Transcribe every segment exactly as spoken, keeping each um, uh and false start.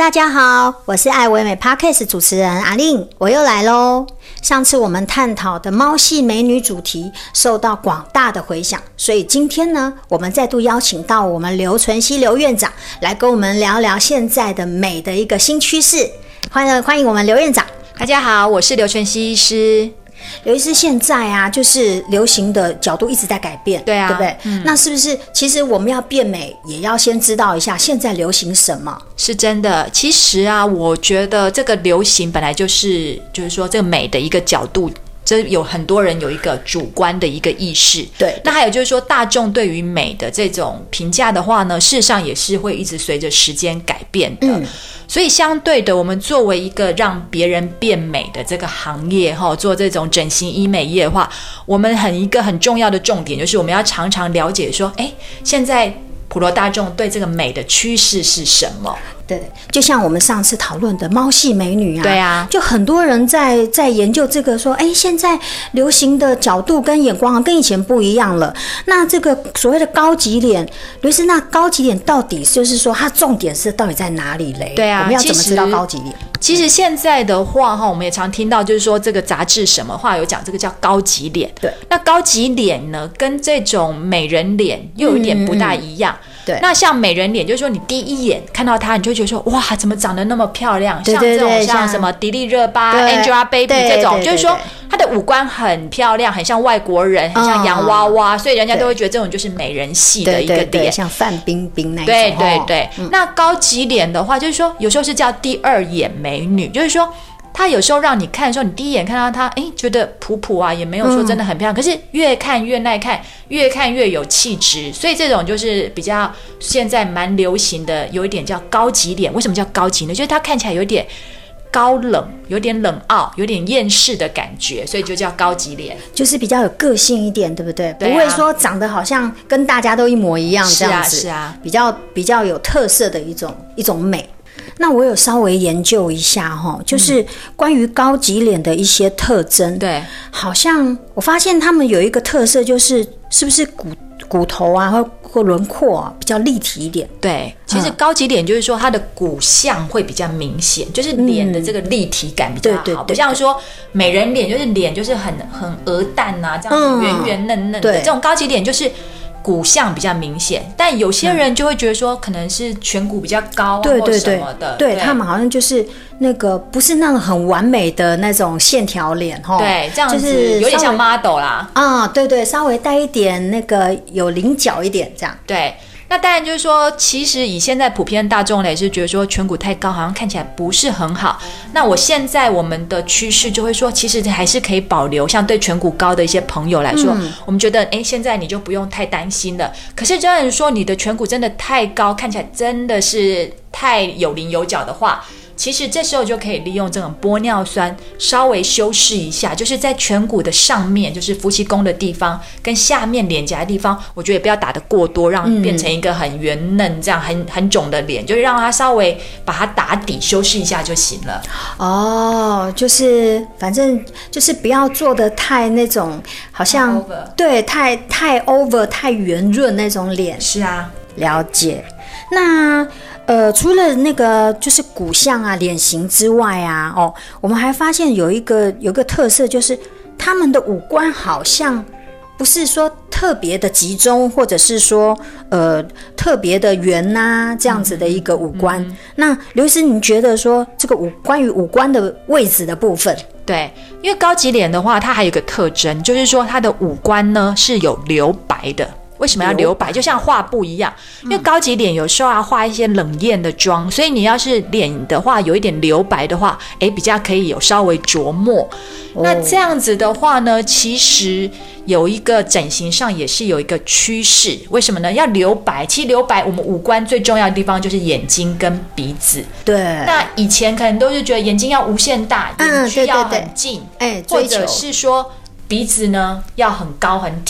大家好，我是爱唯美 Podcast 主持人阿令，我又来咯。上次我们探讨的猫系美女主题受到广大的回响，所以今天呢，我们再度邀请到我们刘淳熙刘院长来跟我们聊聊现在的美的一个新趋势。欢迎欢迎我们刘院长。 大家好，我是刘淳熙医师。 刘医师，现在啊，就是流行的角度一直在改变， 对啊， 对不对？嗯、那是不是其实我们要变美，也要先知道一下现在流行什么？ 是真的。其实啊，我觉得这个流行本来就是，就是说这个美的一个角度。这有很多人有一个主观的一个意识， 对。 那还有就是说，大众对于美的这种评价的话呢，事实上也是会一直随着时间改变的。嗯、所以相对的，我们作为一个让别人变美的这个行业哈，做这种整形医美业的话，我们很一个很重要的重点就是我们要常常了解说，哎，现在普罗大众对这个美的趋势是什么？ 对，就像我们上次讨论的猫系美女啊， 对啊， 就很多人在在研究这个说，哎，现在流行的角度跟眼光跟以前不一样了。那这个所谓的高级脸，刘医师，那高级脸到底就是说它重点是到底在哪里嘞？ 对啊， 我们要怎么知道高级脸？ 其实现在的话哈，我们也常听到，就是说这个杂志什么话有讲这个叫高级脸。 对， 那高级脸呢，跟这种美人脸又有一点不大一样。嗯嗯对， 那像美人脸，就是说你第一眼看到她，你就会觉得说，哇，怎么长得那么漂亮？ 对对对， 像这种像什么迪丽热巴、Angelababy 这种，就是说她的五官很漂亮，很像外国人，很像洋娃娃，哦、所以人家都会觉得这种就是美人系的一个脸， 对对对，像范冰冰那一种。 对对对， 哦、 那高级脸的话，就是说有时候是叫第二眼美女，就是说。她有时候让你看的时候，你第一眼看到她，哎，觉得普普啊，也没有说真的很漂亮。嗯、可是越看越耐看，越看越有气质，所以这种就是比较现在蛮流行的，有一点叫高级脸。为什么叫高级呢？就是她看起来有点高冷，有点冷傲，有点厌世的感觉，所以就叫高级脸， 就是比较有个性一点，对不对？ 对啊、 不会说长得好像跟大家都一模一样这样子， 是啊，是啊， 比较比较有特色的一种一种美。那我有稍微研究一下哈，就是关于高级脸的一些特征。对，好像我发现他们有一个特色，就是是不是骨骨头啊或或轮廓啊比较立体一点。 对，其实高级脸就是说它的骨相会比较明显，就是脸的这个立体感比较好，嗯、对对对对，不像说美人脸就是脸就是很很鹅蛋啊这样子圆圆嫩嫩的，嗯、这种高级脸就是骨相比较明显，但有些人就会觉得说，可能是颧骨比较高啊，或什么的， 对，对他们好像就是那个不是那种很完美的那种线条脸哈， 对，这样子就是有点像 model 啦， 啊，对对，稍微带一点那个有棱角一点这样， 对。那当然就是说，其实以现在普遍大众也是觉得说颧骨太高，好像看起来不是很好。那我现在我们的趋势就会说，其实还是可以保留。像对颧骨高的一些朋友来说，嗯、我们觉得，哎，现在你就不用太担心了。可是真的说，你的颧骨真的太高，看起来真的是太有棱有角的话。其实这时候就可以利用这种玻尿酸稍微修饰一下，就是在颧骨的上面，就是夫妻宫的地方跟下面脸颊的地方，我觉得也不要打得过多，让变成一个很圆嫩这样很很肿的脸，就是让它稍微把它打底修饰一下就行了。 哦，就是反正就是不要做得太那种好像对太太 over 太圆润那种脸。 是啊， 了解。那呃，除了那个就是骨相啊、脸型之外啊，哦，我们还发现有一个有一个特色，就是他们的五官好像不是说特别的集中，或者是说呃特别的圆呐、啊、这样子的一个五官。嗯嗯、那刘医师，你觉得说这个五关于五官的位置的部分？ 对，因为高级脸的话，它还有一个特征，就是说它的五官呢是有留白的。为什么要留白？就像画布一样，因为高级脸有时候要画一些冷艳的妆，所以你要是脸的话有一点留白的话，哎，比较可以有稍微琢磨。哦、那这样子的话呢，其实有一个整形上也是有一个趋势。为什么呢？要留白，其实留白我们五官最重要的地方就是眼睛跟鼻子。 对。 那以前可能都是觉得眼睛要无限大，眼距要很近， 哎、嗯， 或者是说。鼻子呢要很高很挺，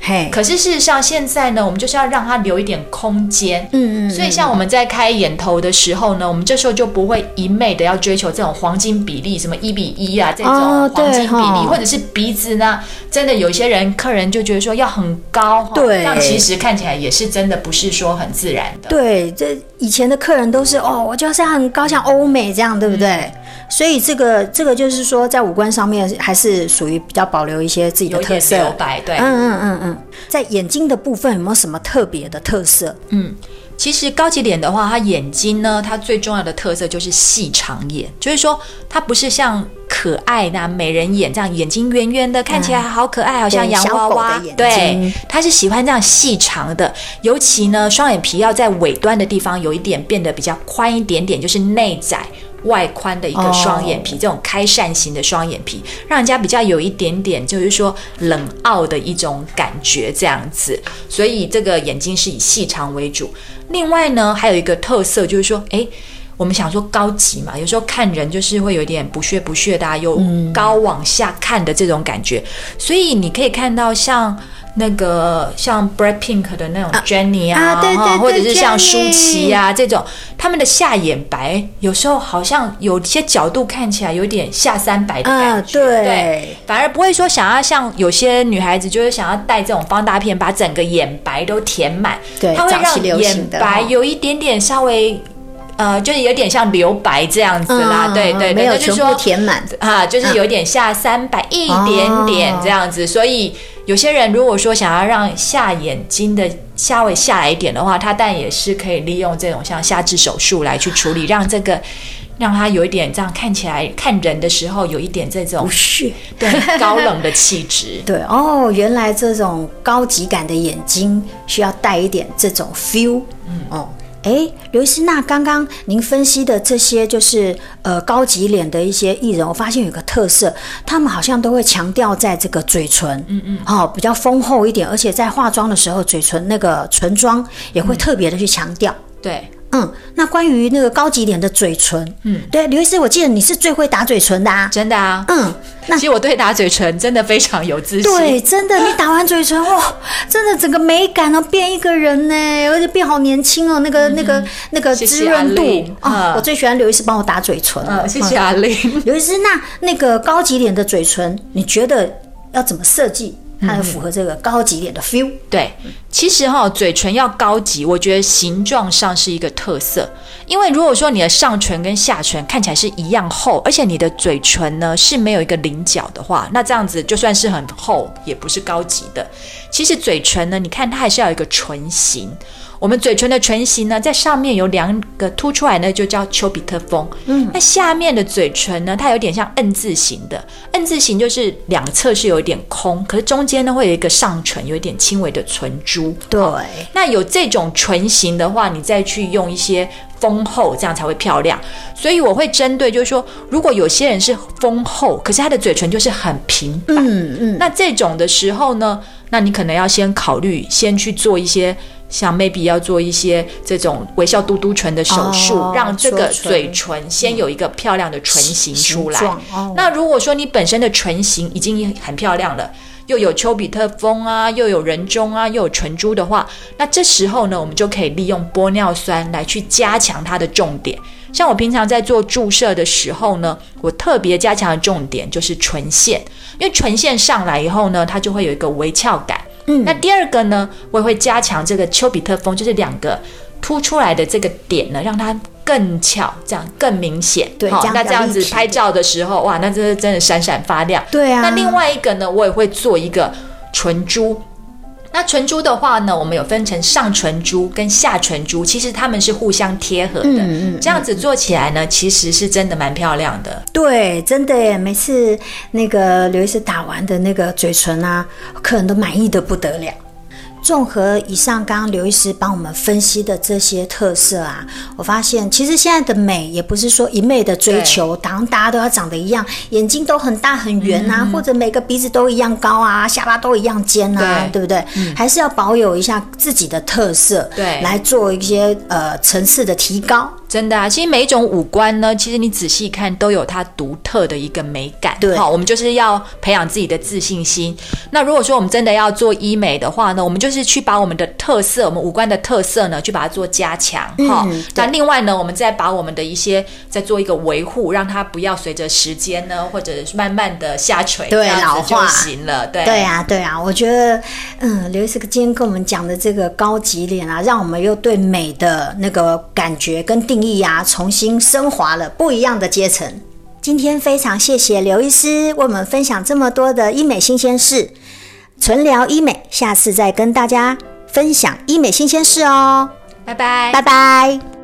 嘿， 可是事实上现在呢，我们就是要让它留一点空间。 嗯嗯， 所以像我们在开眼头的时候呢，我们这时候就不会一昧的要追求这种黄金比例，什么一比一啊这种黄金比例，哦、或者是鼻子呢，真的有些人客人就觉得说要很高， 对， 但其实看起来也是真的不是说很自然的。 对，这以前的客人都是哦，我就是要很高，像欧美这样，对不对？嗯、所以这个这个就是说，在五官上面还是属于比较保留一些自己的特色， 有点留白，对， 嗯嗯嗯嗯。在眼睛的部分有没有什么特别的特色？ 嗯。其实高级脸的话，它眼睛呢，它最重要的特色就是细长眼，就是说它不是像可爱的美人眼这样眼睛圆圆的，看起来好可爱，嗯、好像洋娃娃。对，它是喜欢这样细长的，尤其呢，双眼皮要在尾端的地方有一点变得比较宽一点点，就是内窄外宽的一个双眼皮， oh. 这种开扇型的双眼皮，让人家比较有一点点就是说冷傲的一种感觉这样子，所以这个眼睛是以细长为主。另外呢，还有一个特色就是说，哎，我们想说高级嘛，有时候看人就是会有点不屑不屑的、啊，有高往下看的这种感觉，嗯、所以你可以看到像那个像 Blackpink 的那种 Jennie 啊， 啊对对对或者是像舒淇啊这种，他们的下眼白有时候好像有些角度看起来有点下三白的感觉， 啊、对, 对，反而不会说想要像有些女孩子就是想要戴这种放大片把整个眼白都填满， 对， 它会让眼白有一点点稍微。呃，就是有点像留白这样子啦，嗯、对对对， 没有全部填满啊，就是有点下三百、嗯、一点点这样子，哦、所以有些人如果说想要让下眼睛的下位下来一点的话，他但也是可以利用这种像下至手术来去处理，让这个让他有一点这样看起来看人的时候有一点这种不屑对高冷的气质。 对哦，原来这种高级感的眼睛需要带一点这种 feel， 嗯哦。哎，刘医师，那刚刚您分析的这些就是呃高级脸的一些艺人，我发现有个特色，他们好像都会强调在这个嘴唇，嗯嗯，哦比较丰厚一点，而且在化妆的时候，嘴唇那个唇妆也会特别的去强调， 嗯、对。 嗯，那关于那个高级脸的嘴唇，嗯，对，刘医师，我记得你是最会打嘴唇的啊， 真的啊， 嗯， 那其实我对打嘴唇真的非常有自信， 对，真的，你打完嘴唇，哇、哦，真的整个美感哦，变一个人呢，而且变好年轻哦，那个、嗯、那个那个滋润度，谢谢哦嗯、我最喜欢刘医师帮我打嘴唇， 嗯，谢谢阿玲， 刘医师，那那个高级脸的嘴唇，你觉得要怎么设计？它要符合这个高级脸的 feel。嗯、 对，其实哈、哦，嘴唇要高级，我觉得形状上是一个特色。因为如果说你的上唇跟下唇看起来是一样厚，而且你的嘴唇呢是没有一个棱角的话，那这样子就算是很厚，也不是高级的。其实嘴唇呢，你看它还是要有一个唇形。我们嘴唇的唇形呢，在上面有两个凸出来呢，就叫丘比特峰。嗯，那下面的嘴唇呢，它有点像 N 字形的。N 字形就是两侧是有一点空，可是中间呢会有一个上唇，有一点轻微的唇珠。 对， 那有这种唇形的话，你再去用一些丰厚，这样才会漂亮。所以我会针对，就是说，如果有些人是丰厚，可是他的嘴唇就是很平板，嗯嗯，那这种的时候呢，那你可能要先考虑，先去做一些。像 maybe 要做一些这种微笑嘟嘟唇的手术，哦、让这个嘴唇先有一个漂亮的唇形出来。哦、那如果说你本身的唇形已经很漂亮了，又有丘比特峰啊，又有人中啊，又有唇珠的话，那这时候呢，我们就可以利用玻尿酸来去加强它的重点。像我平常在做注射的时候呢，我特别加强的重点就是唇线，因为唇线上来以后呢，它就会有一个微翘感。嗯，那第二个呢，我也会加强这个丘比特峰，就是两个凸出来的这个点呢，让它更翘，这样更明显。 对， 好，那这样子拍照的时候，哇，那这真的闪闪发亮。 对啊。 那另外一个呢，我也会做一个唇珠。那唇珠的话呢，我们有分成上唇珠跟下唇珠，其实它们是互相贴合的。嗯嗯。这样子做起来呢，其实是真的蛮漂亮的。 对，真的耶！每次那个刘医师打完的那个嘴唇啊，客人都满意的不得了。综合以上刚刚刘医师帮我们分析的这些特色啊，我发现其实现在的美也不是说一昧的追求，当大家都要长得一样，眼睛都很大很圆啊，嗯、或者每个鼻子都一样高啊，下巴都一样尖啊， 对, 对不对？嗯、还是要保有一下自己的特色，对，来做一些呃层次的提高。 真的啊，其实每一种五官呢，其实你仔细看都有它独特的一个美感。 对， 好，我们就是要培养自己的自信心。那如果说我们真的要做医美的话呢，我们就是去把我们的特色，我们五官的特色呢，去把它做加强。哈、嗯，那另外呢，我们再把我们的一些再做一个维护，让它不要随着时间呢，或者慢慢的下垂， 对，老化就行了。对， 对啊，对啊，我觉得，嗯，刘医师今天跟我们讲的这个高级脸啊，让我们又对美的那个感觉跟定义啊，重新升华了不一样的阶层。今天非常谢谢刘医师为我们分享这么多的医美新鲜事，纯聊医美，下次再跟大家分享医美新鲜事哦。 拜拜， 拜拜。